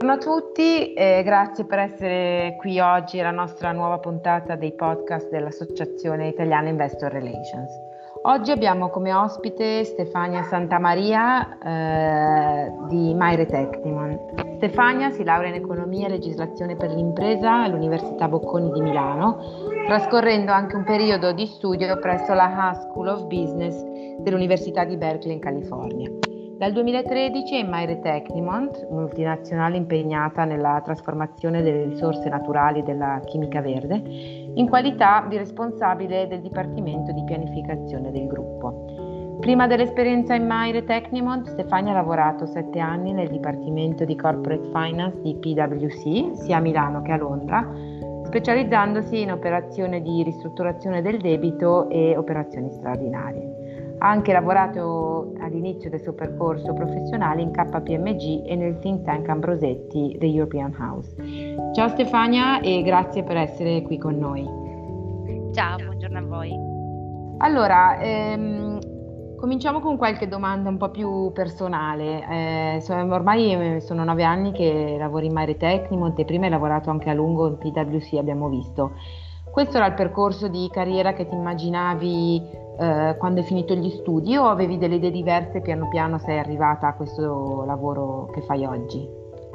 Buongiorno a tutti e grazie per essere qui oggi alla nostra nuova puntata dei podcast dell'Associazione Italiana Investor Relations. Oggi abbiamo come ospite Stefania Santamaria di Maire Tecnimont. Stefania si laurea in Economia e Legislazione per l'Impresa all'Università Bocconi di Milano, trascorrendo anche un periodo di studio presso la Haas School of Business dell'Università di Berkeley in California. Dal 2013 è in Maire Tecnimont, multinazionale impegnata nella trasformazione delle risorse naturali della chimica verde, in qualità di responsabile del Dipartimento di Pianificazione del gruppo. Prima dell'esperienza in Maire Tecnimont, Stefania ha lavorato 7 anni nel Dipartimento di Corporate Finance di PwC, sia a Milano che a Londra, specializzandosi in operazioni di ristrutturazione del debito e operazioni straordinarie. Ha anche lavorato all'inizio del suo percorso professionale in KPMG e nel think tank Ambrosetti, The European House. Ciao Stefania e grazie per essere qui con noi. Ciao, buongiorno a voi. Allora, cominciamo con qualche domanda un po' più personale. Ormai sono 9 anni che lavori in Maire Tecnimont e prima hai lavorato anche a lungo in PwC, abbiamo visto. Questo era il percorso di carriera che ti immaginavi quando hai finito gli studi o avevi delle idee diverse e piano piano sei arrivata a questo lavoro che fai oggi?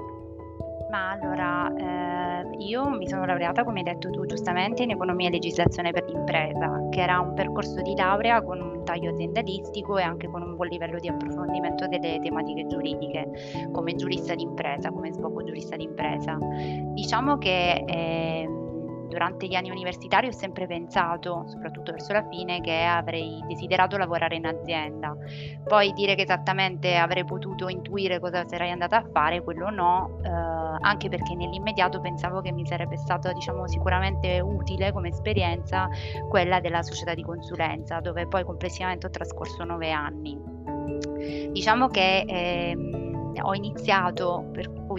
Ma allora, io mi sono laureata, come hai detto tu giustamente, in Economia e Legislazione per l'Impresa, che era un percorso di laurea con un taglio aziendalistico e anche con un buon livello di approfondimento delle tematiche giuridiche, come giurista d'impresa, come sbocco giurista d'impresa. Diciamo che durante gli anni universitari ho sempre pensato, soprattutto verso la fine, che avrei desiderato lavorare in azienda. Poi dire che esattamente avrei potuto intuire cosa sarei andata a fare, quello no, anche perché nell'immediato pensavo che mi sarebbe stato, sicuramente utile come esperienza quella della società di consulenza, dove poi complessivamente ho trascorso 9 anni. Diciamo che ho iniziato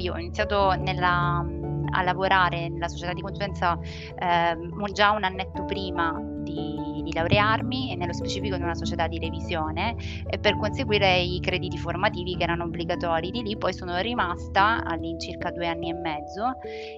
a lavorare nella società di consulenza già un annetto prima di laurearmi, e nello specifico in una società di revisione, per conseguire i crediti formativi che erano obbligatori. Di lì poi sono rimasta all'incirca 2 anni e mezzo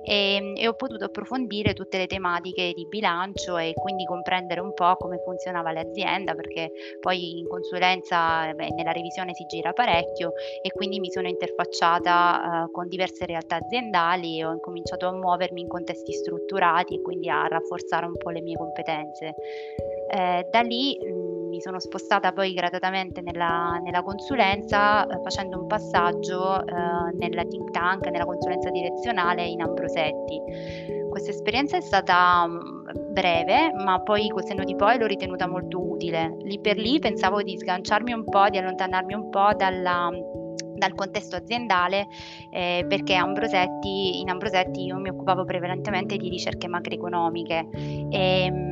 e ho potuto approfondire tutte le tematiche di bilancio e quindi comprendere un po' come funzionava l'azienda, perché poi in consulenza nella revisione si gira parecchio, e quindi mi sono interfacciata con diverse realtà aziendali e ho incominciato a muovermi in contesti strutturati e quindi a rafforzare un po' le mie competenze. Da lì mi sono spostata poi gradatamente nella consulenza, facendo un passaggio nella think tank, nella consulenza direzionale in Ambrosetti. Questa esperienza è stata breve, ma poi col senno di poi l'ho ritenuta molto utile. Lì per lì pensavo di sganciarmi un po', di allontanarmi un po' dal contesto aziendale, perché in Ambrosetti io mi occupavo prevalentemente di ricerche macroeconomiche e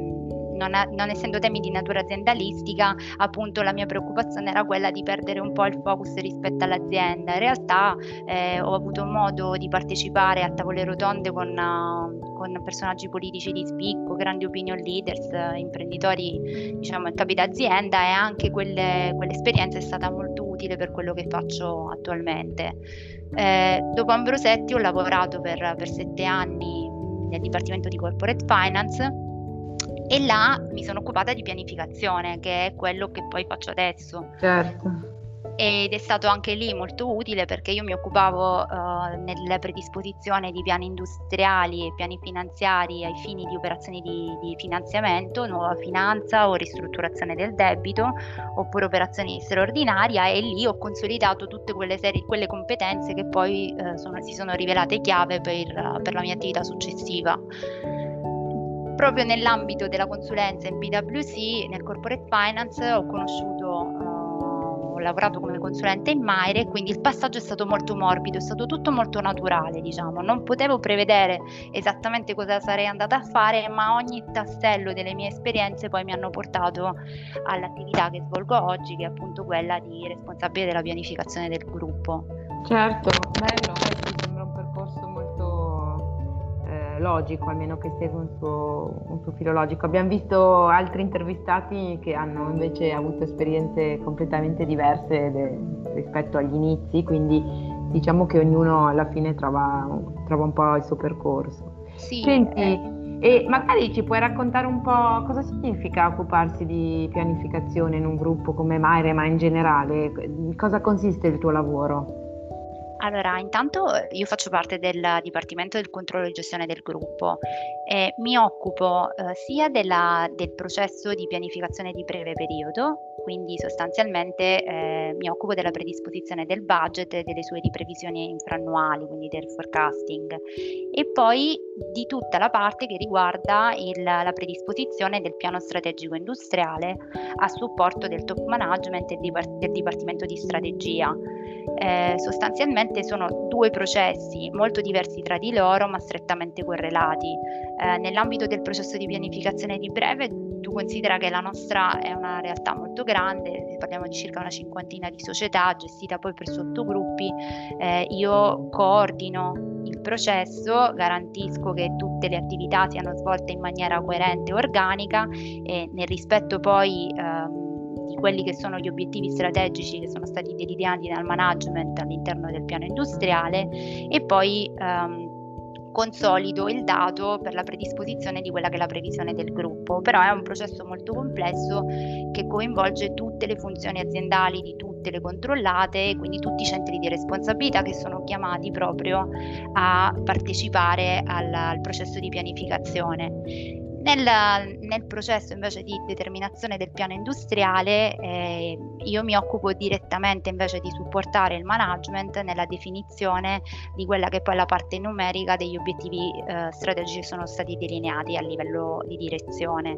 non essendo temi di natura aziendalistica, appunto la mia preoccupazione era quella di perdere un po' il focus rispetto all'azienda. In realtà ho avuto modo di partecipare a tavole rotonde con personaggi politici di spicco, grandi opinion leaders, imprenditori in capi d'azienda, e anche quell'esperienza è stata molto utile per quello che faccio attualmente. Dopo Ambrosetti ho lavorato per 7 anni nel Dipartimento di Corporate Finance e là mi sono occupata di pianificazione, che è quello che poi faccio adesso. Certo. Ed è stato anche lì molto utile, perché io mi occupavo nella predisposizione di piani industriali e piani finanziari ai fini di operazioni di finanziamento, nuova finanza o ristrutturazione del debito, oppure operazioni straordinarie, e lì ho consolidato tutte quelle competenze che poi si sono rivelate chiave per la mia attività successiva. Proprio nell'ambito della consulenza in PwC, nel Corporate Finance, ho lavorato come consulente in Maire, e quindi il passaggio è stato molto morbido, è stato tutto molto naturale, non potevo prevedere esattamente cosa sarei andata a fare, ma ogni tassello delle mie esperienze poi mi hanno portato all'attività che svolgo oggi, che è appunto quella di responsabile della pianificazione del gruppo. Certo, bello, mi sembra un percorso molto logico, almeno che segue un suo filo logico. Abbiamo visto altri intervistati che hanno invece avuto esperienze completamente diverse rispetto agli inizi, quindi diciamo che ognuno alla fine trova un po' il suo percorso. Sì, Senti, e magari ci puoi raccontare un po' cosa significa occuparsi di pianificazione in un gruppo come Maire, ma in generale, in cosa consiste il tuo lavoro? allora, intanto io faccio parte del Dipartimento del Controllo e Gestione del gruppo e mi occupo sia del processo di pianificazione di breve periodo, quindi sostanzialmente mi occupo della predisposizione del budget e delle sue previsioni infrannuali, quindi del forecasting, e poi di tutta la parte che riguarda la predisposizione del piano strategico industriale a supporto del top management e del Dipartimento di Strategia. Sostanzialmente sono due processi molto diversi tra di loro ma strettamente correlati. Nell'ambito del processo di pianificazione di breve, tu considera che la nostra è una realtà molto grande, parliamo di circa una cinquantina di società gestita poi per sottogruppi. Io coordino il processo, garantisco che tutte le attività siano svolte in maniera coerente e organica e nel rispetto poi di quelli che sono gli obiettivi strategici che sono stati delineati dal management all'interno del piano industriale, e poi consolido il dato per la predisposizione di quella che è la previsione del gruppo. Però è un processo molto complesso che coinvolge tutte le funzioni aziendali di tutte le controllate e quindi tutti i centri di responsabilità che sono chiamati proprio a partecipare al processo di pianificazione. Nel processo invece di determinazione del piano industriale io mi occupo direttamente invece di supportare il management nella definizione di quella che poi è la parte numerica degli obiettivi strategici che sono stati delineati a livello di direzione.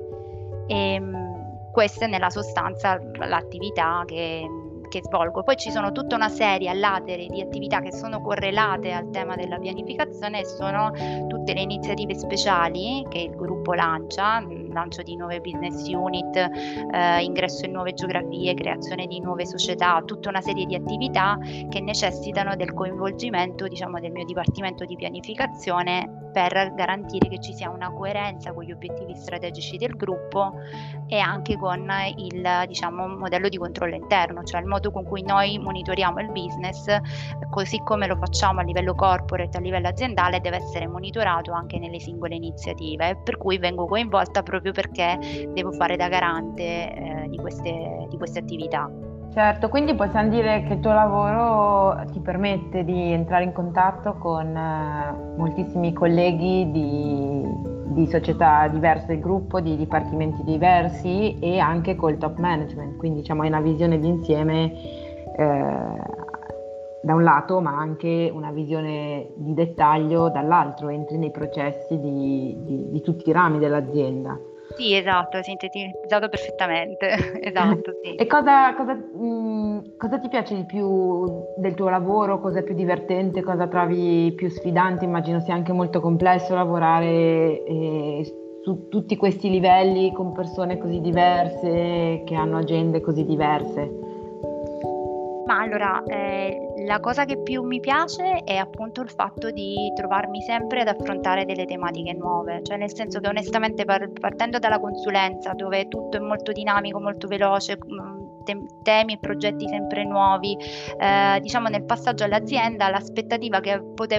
Questa è nella sostanza l'attività che svolgo. Poi ci sono tutta una serie a latere di attività che sono correlate al tema della pianificazione e sono tutte le iniziative speciali che il gruppo lancia, lancio di nuove business unit, ingresso in nuove geografie, creazione di nuove società, tutta una serie di attività che necessitano del coinvolgimento, diciamo, del mio dipartimento di pianificazione per garantire che ci sia una coerenza con gli obiettivi strategici del gruppo e anche con il, diciamo, modello di controllo interno, cioè il modo con cui noi monitoriamo il business, così come lo facciamo a livello corporate, a livello aziendale, deve essere monitorato anche nelle singole iniziative, per cui vengo coinvolta proprio perché devo fare da garante di queste attività. Certo, quindi possiamo dire che il tuo lavoro ti permette di entrare in contatto con moltissimi colleghi di società diverse del gruppo, di dipartimenti diversi e anche col top management, quindi diciamo hai una visione d'insieme da un lato, ma anche una visione di dettaglio dall'altro, entri nei processi di tutti i rami dell'azienda. Sì, esatto, hai sintetizzato perfettamente, esatto, sì. E cosa ti piace di più del tuo lavoro? Cosa è più divertente? Cosa trovi più sfidante? Immagino sia anche molto complesso lavorare su tutti questi livelli con persone così diverse, che hanno agende così diverse. Ma allora, la cosa che più mi piace è appunto il fatto di trovarmi sempre ad affrontare delle tematiche nuove, cioè nel senso che onestamente partendo dalla consulenza, dove tutto è molto dinamico, molto veloce, temi e progetti sempre nuovi, diciamo nel passaggio all'azienda l'aspettativa che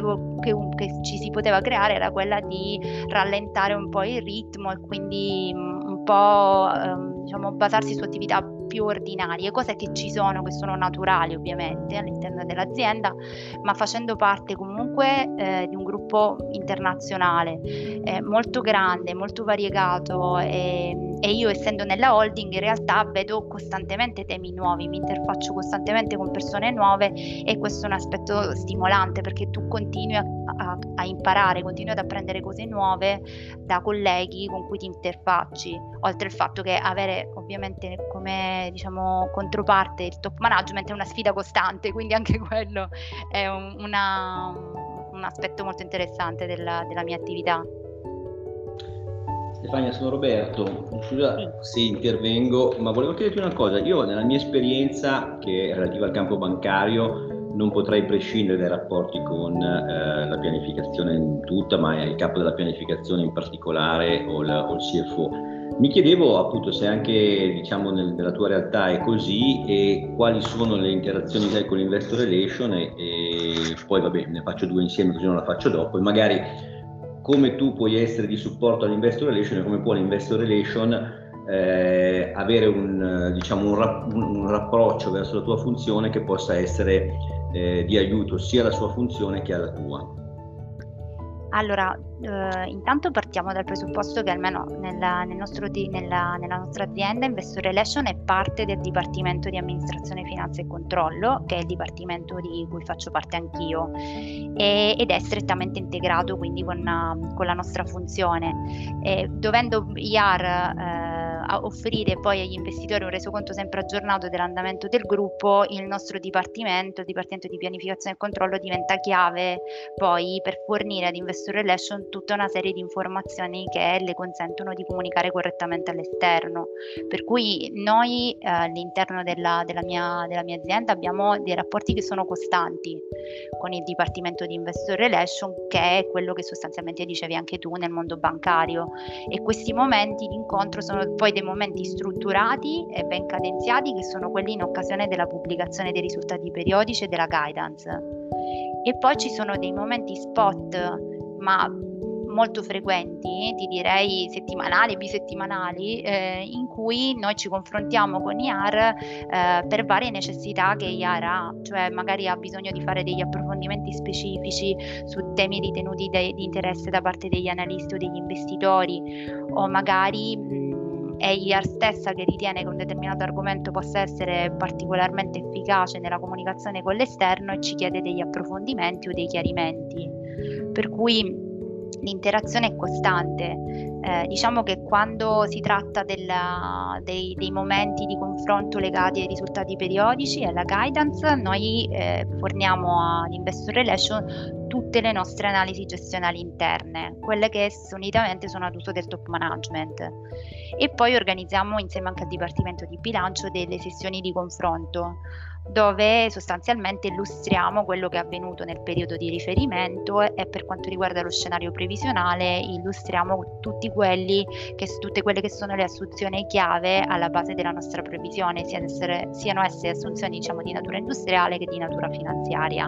ci si poteva creare era quella di rallentare un po' il ritmo e quindi un po' diciamo basarsi su attività più ordinarie, cose che ci sono, che sono naturali ovviamente all'interno dell'azienda, ma facendo parte comunque di un gruppo internazionale molto grande, molto variegato e io essendo nella holding in realtà vedo costantemente temi nuovi, mi interfaccio costantemente con persone nuove e questo è un aspetto stimolante perché tu continui a imparare, continui ad apprendere cose nuove da colleghi con cui ti interfacci, oltre al fatto che avere ovviamente come diciamo controparte il top management è una sfida costante, quindi anche quello è un aspetto molto interessante della mia attività. Stefania, sono Roberto, scusa se intervengo, ma volevo chiederti una cosa. Io nella mia esperienza, che è relativa al campo bancario, non potrei prescindere dai rapporti con la pianificazione in tutta, ma il capo della pianificazione in particolare o il CFO. Mi chiedevo appunto se anche diciamo nella tua realtà è così e quali sono le interazioni che hai con l'Investor Relation e poi vabbè, ne faccio 2 insieme così non la faccio dopo, e magari come tu puoi essere di supporto all'Investor Relation e come può l'Investor Relation avere un rapproccio verso la tua funzione che possa essere di aiuto sia alla sua funzione che alla tua. Allora, intanto partiamo dal presupposto che almeno nella nostra azienda Investor Relation è parte del Dipartimento di Amministrazione, Finanza e Controllo, che è il dipartimento di cui faccio parte anch'io, ed è strettamente integrato quindi con la nostra funzione. Dovendo IR a offrire poi agli investitori un resoconto sempre aggiornato dell'andamento del gruppo, il nostro dipartimento, il Dipartimento di Pianificazione e Controllo, diventa chiave poi per fornire ad Investor Relation tutta una serie di informazioni che le consentono di comunicare correttamente all'esterno. Per cui noi all'interno della mia azienda abbiamo dei rapporti che sono costanti con il Dipartimento di Investor Relation, che è quello che sostanzialmente dicevi anche tu nel mondo bancario, e questi momenti di incontro sono poi dei momenti strutturati e ben cadenziati, che sono quelli in occasione della pubblicazione dei risultati periodici e della guidance. E poi ci sono dei momenti spot, ma molto frequenti, ti direi settimanali, bisettimanali, in cui noi ci confrontiamo con IAR per varie necessità che IAR ha, cioè magari ha bisogno di fare degli approfondimenti specifici su temi ritenuti di interesse da parte degli analisti o degli investitori, o magari è IAR stessa che ritiene che un determinato argomento possa essere particolarmente efficace nella comunicazione con l'esterno e ci chiede degli approfondimenti o dei chiarimenti. Per cui l'interazione è costante. Diciamo che quando si tratta dei momenti di confronto legati ai risultati periodici e alla guidance, noi forniamo ad Investor Relation tutte le nostre analisi gestionali interne, quelle che solitamente sono ad uso del top management, e poi organizziamo insieme anche al Dipartimento di Bilancio delle sessioni di confronto, dove sostanzialmente illustriamo quello che è avvenuto nel periodo di riferimento, e per quanto riguarda lo scenario previsionale illustriamo tutte quelle che sono le assunzioni chiave alla base della nostra previsione, siano esse assunzioni di natura industriale che di natura finanziaria.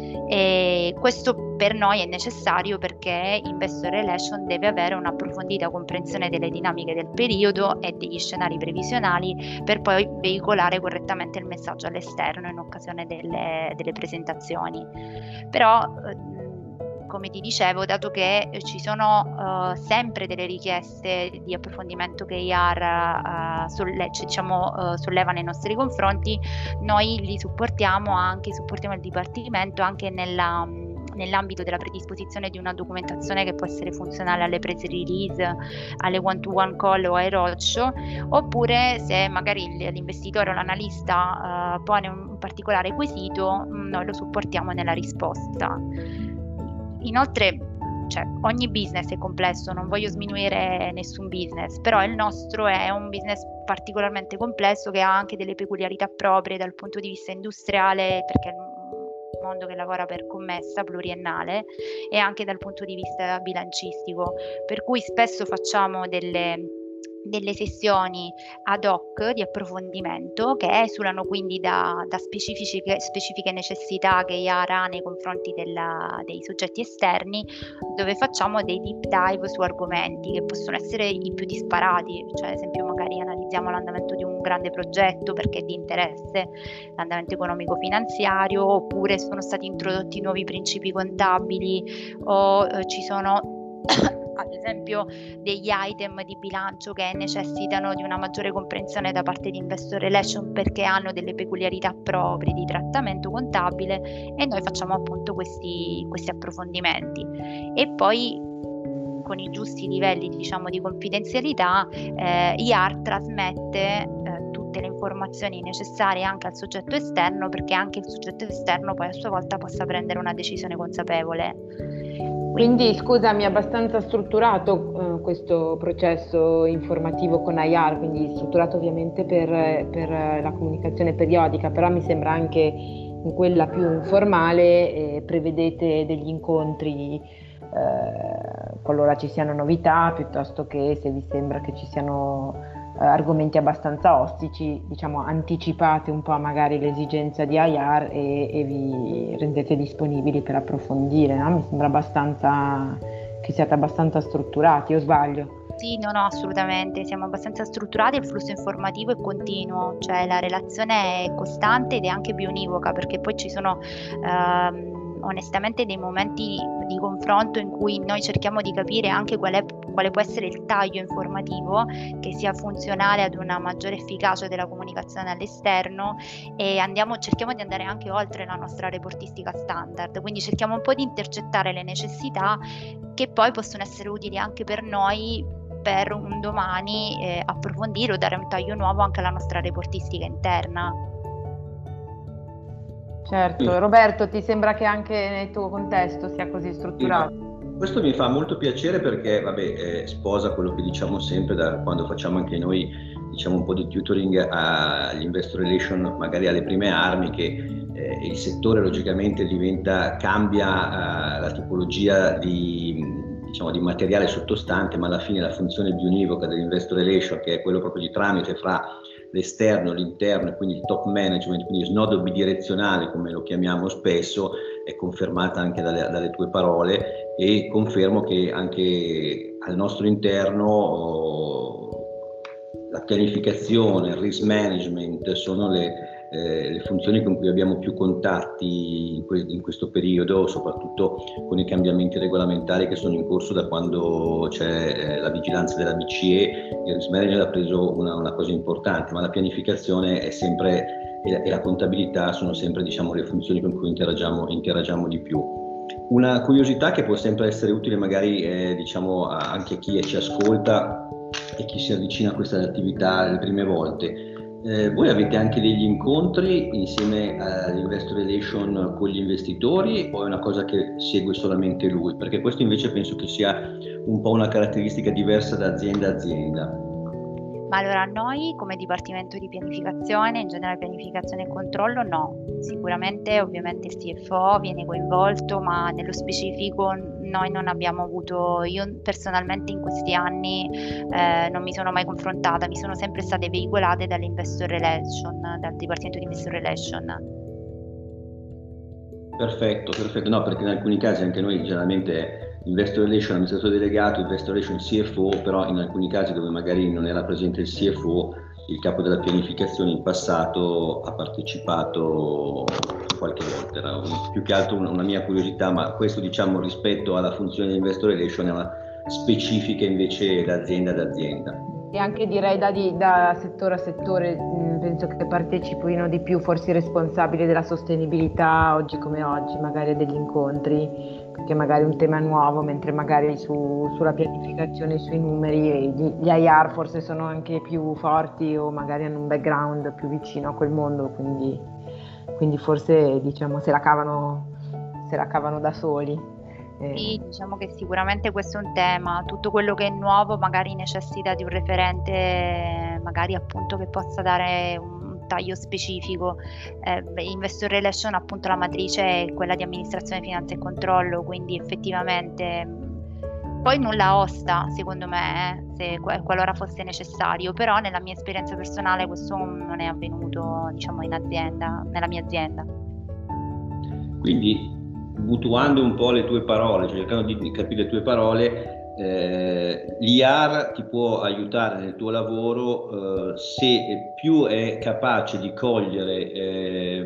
E questo per noi è necessario perché Investor Relation deve avere un'approfondita comprensione delle dinamiche del periodo e degli scenari previsionali per poi veicolare correttamente il messaggio all'esterno in occasione delle presentazioni. Però come ti dicevo, dato che ci sono sempre delle richieste di approfondimento che IAR solleva nei nostri confronti, noi li supportiamo il Dipartimento anche nell'ambito della predisposizione di una documentazione che può essere funzionale alle press release, alle one-to-one call o ai roadshow, oppure se magari l'investitore o l'analista pone un particolare quesito, noi lo supportiamo nella risposta. Inoltre, ogni business è complesso, non voglio sminuire nessun business, però il nostro è un business particolarmente complesso che ha anche delle peculiarità proprie dal punto di vista industriale, perché è un mondo che lavora per commessa pluriennale, e anche dal punto di vista bilancistico, per cui spesso facciamo delle sessioni ad hoc di approfondimento che esulano quindi da specifiche necessità che IAR ha nei confronti dei soggetti esterni, dove facciamo dei deep dive su argomenti che possono essere i più disparati, cioè ad esempio magari analizziamo l'andamento di un grande progetto perché è di interesse l'andamento economico-finanziario, oppure sono stati introdotti nuovi principi contabili, o ci sono ad esempio degli item di bilancio che necessitano di una maggiore comprensione da parte di Investor Relation perché hanno delle peculiarità proprie di trattamento contabile, e noi facciamo appunto questi approfondimenti. E poi con i giusti livelli di confidenzialità IAR trasmette tutte le informazioni necessarie anche al soggetto esterno, perché anche il soggetto esterno poi a sua volta possa prendere una decisione consapevole. Quindi scusami, è abbastanza strutturato questo processo informativo con IAR, quindi strutturato ovviamente per la comunicazione periodica, però mi sembra anche in quella più informale prevedete degli incontri qualora ci siano novità, piuttosto che se vi sembra che ci siano argomenti abbastanza ostici, diciamo anticipate un po' magari l'esigenza di IR e vi rendete disponibili per approfondire, no? Mi sembra abbastanza che siate abbastanza strutturati, o sbaglio? Sì, no, assolutamente, siamo abbastanza strutturati, il flusso informativo è continuo, cioè la relazione è costante ed è anche bionivoca, perché poi ci sono onestamente dei momenti di confronto in cui noi cerchiamo di capire anche quale può essere il taglio informativo che sia funzionale ad una maggiore efficacia della comunicazione all'esterno, e cerchiamo di andare anche oltre la nostra reportistica standard, quindi cerchiamo un po' di intercettare le necessità che poi possono essere utili anche per noi per un domani approfondire o dare un taglio nuovo anche alla nostra reportistica interna. Certo, Roberto, ti sembra che anche nel tuo contesto sia così strutturato? Sì, questo mi fa molto piacere perché sposa quello che diciamo sempre da quando facciamo anche noi, diciamo un po' di tutoring agli investor relation, magari alle prime armi, che il settore logicamente cambia la tipologia di materiale sottostante, ma alla fine la funzione bionivoca dell'investor relation, che è quello proprio di tramite fra l'esterno, l'interno e quindi il top management, quindi snodo bidirezionale come lo chiamiamo spesso, è confermata anche dalle tue parole, e confermo che anche al nostro interno la pianificazione, il risk management sono le funzioni con cui abbiamo più contatti in questo periodo, soprattutto con i cambiamenti regolamentari che sono in corso da quando c'è la vigilanza della BCE. Il risk management ha preso una cosa importante, ma la pianificazione è sempre, e la contabilità sono sempre, diciamo, le funzioni con cui interagiamo di più. Una curiosità che può sempre essere utile magari diciamo anche a chi ci ascolta e chi si avvicina a questa attività le prime volte. Voi avete anche degli incontri insieme all'investor relation con gli investitori, o è una cosa che segue solamente lui? Perché questo invece penso che sia un po' una caratteristica diversa da azienda a azienda. Ma allora noi come Dipartimento di Pianificazione, in generale pianificazione e controllo, no. Sicuramente ovviamente il CFO viene coinvolto, ma nello specifico noi non abbiamo avuto, io personalmente in questi anni non mi sono mai confrontata, mi sono sempre state veicolate dall'Investor Relation, dal Dipartimento di Investor Relation. Perfetto, no, perché in alcuni casi anche noi generalmente Investor Relation, amministratore delegato, Investor Relation, CFO, però in alcuni casi dove magari non era presente il CFO, il capo della pianificazione in passato ha partecipato qualche volta. Era più che altro una mia curiosità, ma questo, diciamo, rispetto alla funzione di Investor Relation è una specifica invece da azienda ad azienda. E anche direi da settore a settore, penso che partecipino di più forse i responsabili della sostenibilità oggi come oggi, magari degli incontri, perché magari un tema nuovo, mentre magari sulla pianificazione, sui numeri, gli IR forse sono anche più forti o magari hanno un background più vicino a quel mondo, quindi forse diciamo se la cavano da soli. Sì, diciamo che sicuramente questo è un tema, tutto quello che è nuovo magari necessita di un referente, magari appunto che possa dare un taglio specifico. Investor Relation, appunto, la matrice è quella di amministrazione, finanza e controllo, quindi effettivamente poi nulla osta secondo me, se qualora fosse necessario, però nella mia esperienza personale questo non è avvenuto, diciamo, in azienda, nella mia azienda. Quindi, mutuando un po' le tue parole, cioè cercando di capire le tue parole, l'IR ti può aiutare nel tuo lavoro se più è capace di cogliere,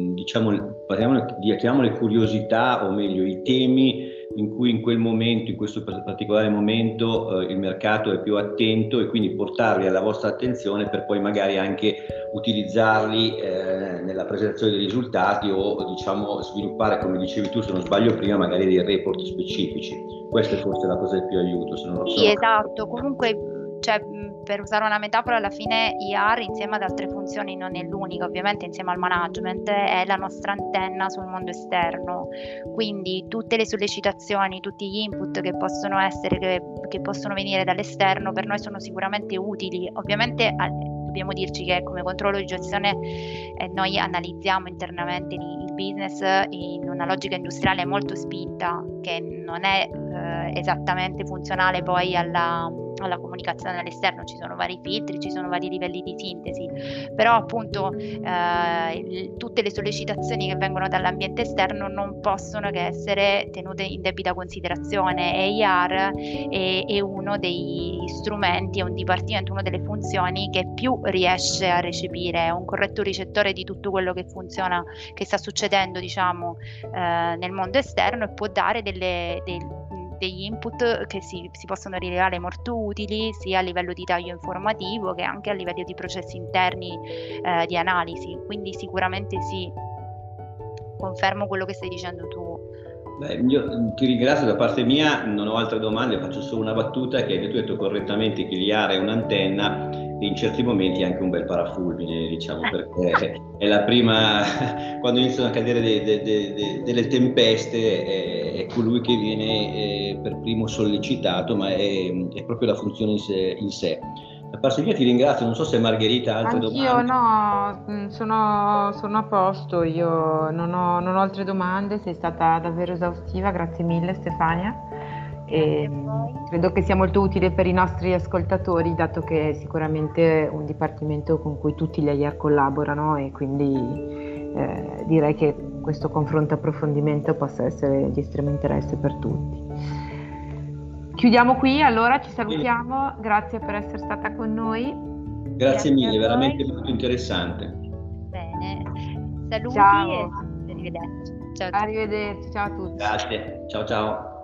chiamiamole curiosità, o meglio i temi in cui in quel momento, in questo particolare momento, il mercato è più attento, e quindi portarli alla vostra attenzione per poi magari anche utilizzarli nella presentazione dei risultati, o diciamo sviluppare, come dicevi tu se non sbaglio prima, magari dei report specifici. Questa è forse la cosa di più aiuto, se non lo so. Sì, esatto, comunque, cioè, per usare una metafora, alla fine IR insieme ad altre funzioni non è l'unica, ovviamente insieme al management è la nostra antenna sul mondo esterno, quindi tutte le sollecitazioni, tutti gli input che possono essere, che possono venire dall'esterno per noi sono sicuramente utili. Ovviamente dobbiamo dirci che come controllo di gestione noi analizziamo internamente il business in una logica industriale molto spinta, che non è esattamente funzionale poi alla comunicazione all'esterno, ci sono vari filtri, ci sono vari livelli di sintesi, però appunto tutte le sollecitazioni che vengono dall'ambiente esterno non possono che essere tenute in debita considerazione, e IR è uno degli strumenti, è un dipartimento, una delle funzioni che più riesce a recepire, è un corretto ricettore di tutto quello che funziona, che sta succedendo, diciamo, nel mondo esterno, e può dare degli input che si possono rilevare molto utili sia a livello di taglio informativo che anche a livello di processi interni di analisi. Quindi sicuramente sì, confermo quello che stai dicendo tu. Beh, io ti ringrazio, da parte mia non ho altre domande, faccio solo una battuta, che hai detto correttamente che l'IR è un'antenna e in certi momenti anche un bel parafulmine, diciamo, perché è la prima, quando iniziano a cadere delle tempeste, è colui che viene per primo sollecitato, ma è proprio la funzione in sé. Da parte mia ti ringrazio, non so se Margherita ha altre domande. Anch'io no, sono a posto, io non ho altre domande, sei stata davvero esaustiva, grazie mille Stefania. E credo che sia molto utile per i nostri ascoltatori, dato che è sicuramente un dipartimento con cui tutti gli IR collaborano, e quindi direi che questo confronto e approfondimento possa essere di estremo interesse per tutti. Chiudiamo qui, allora ci salutiamo, grazie per essere stata con noi. Grazie mille, veramente molto interessante. Bene, saluti. Ciao. E arrivederci. Ciao. Arrivederci, ciao a tutti. Grazie, ciao ciao.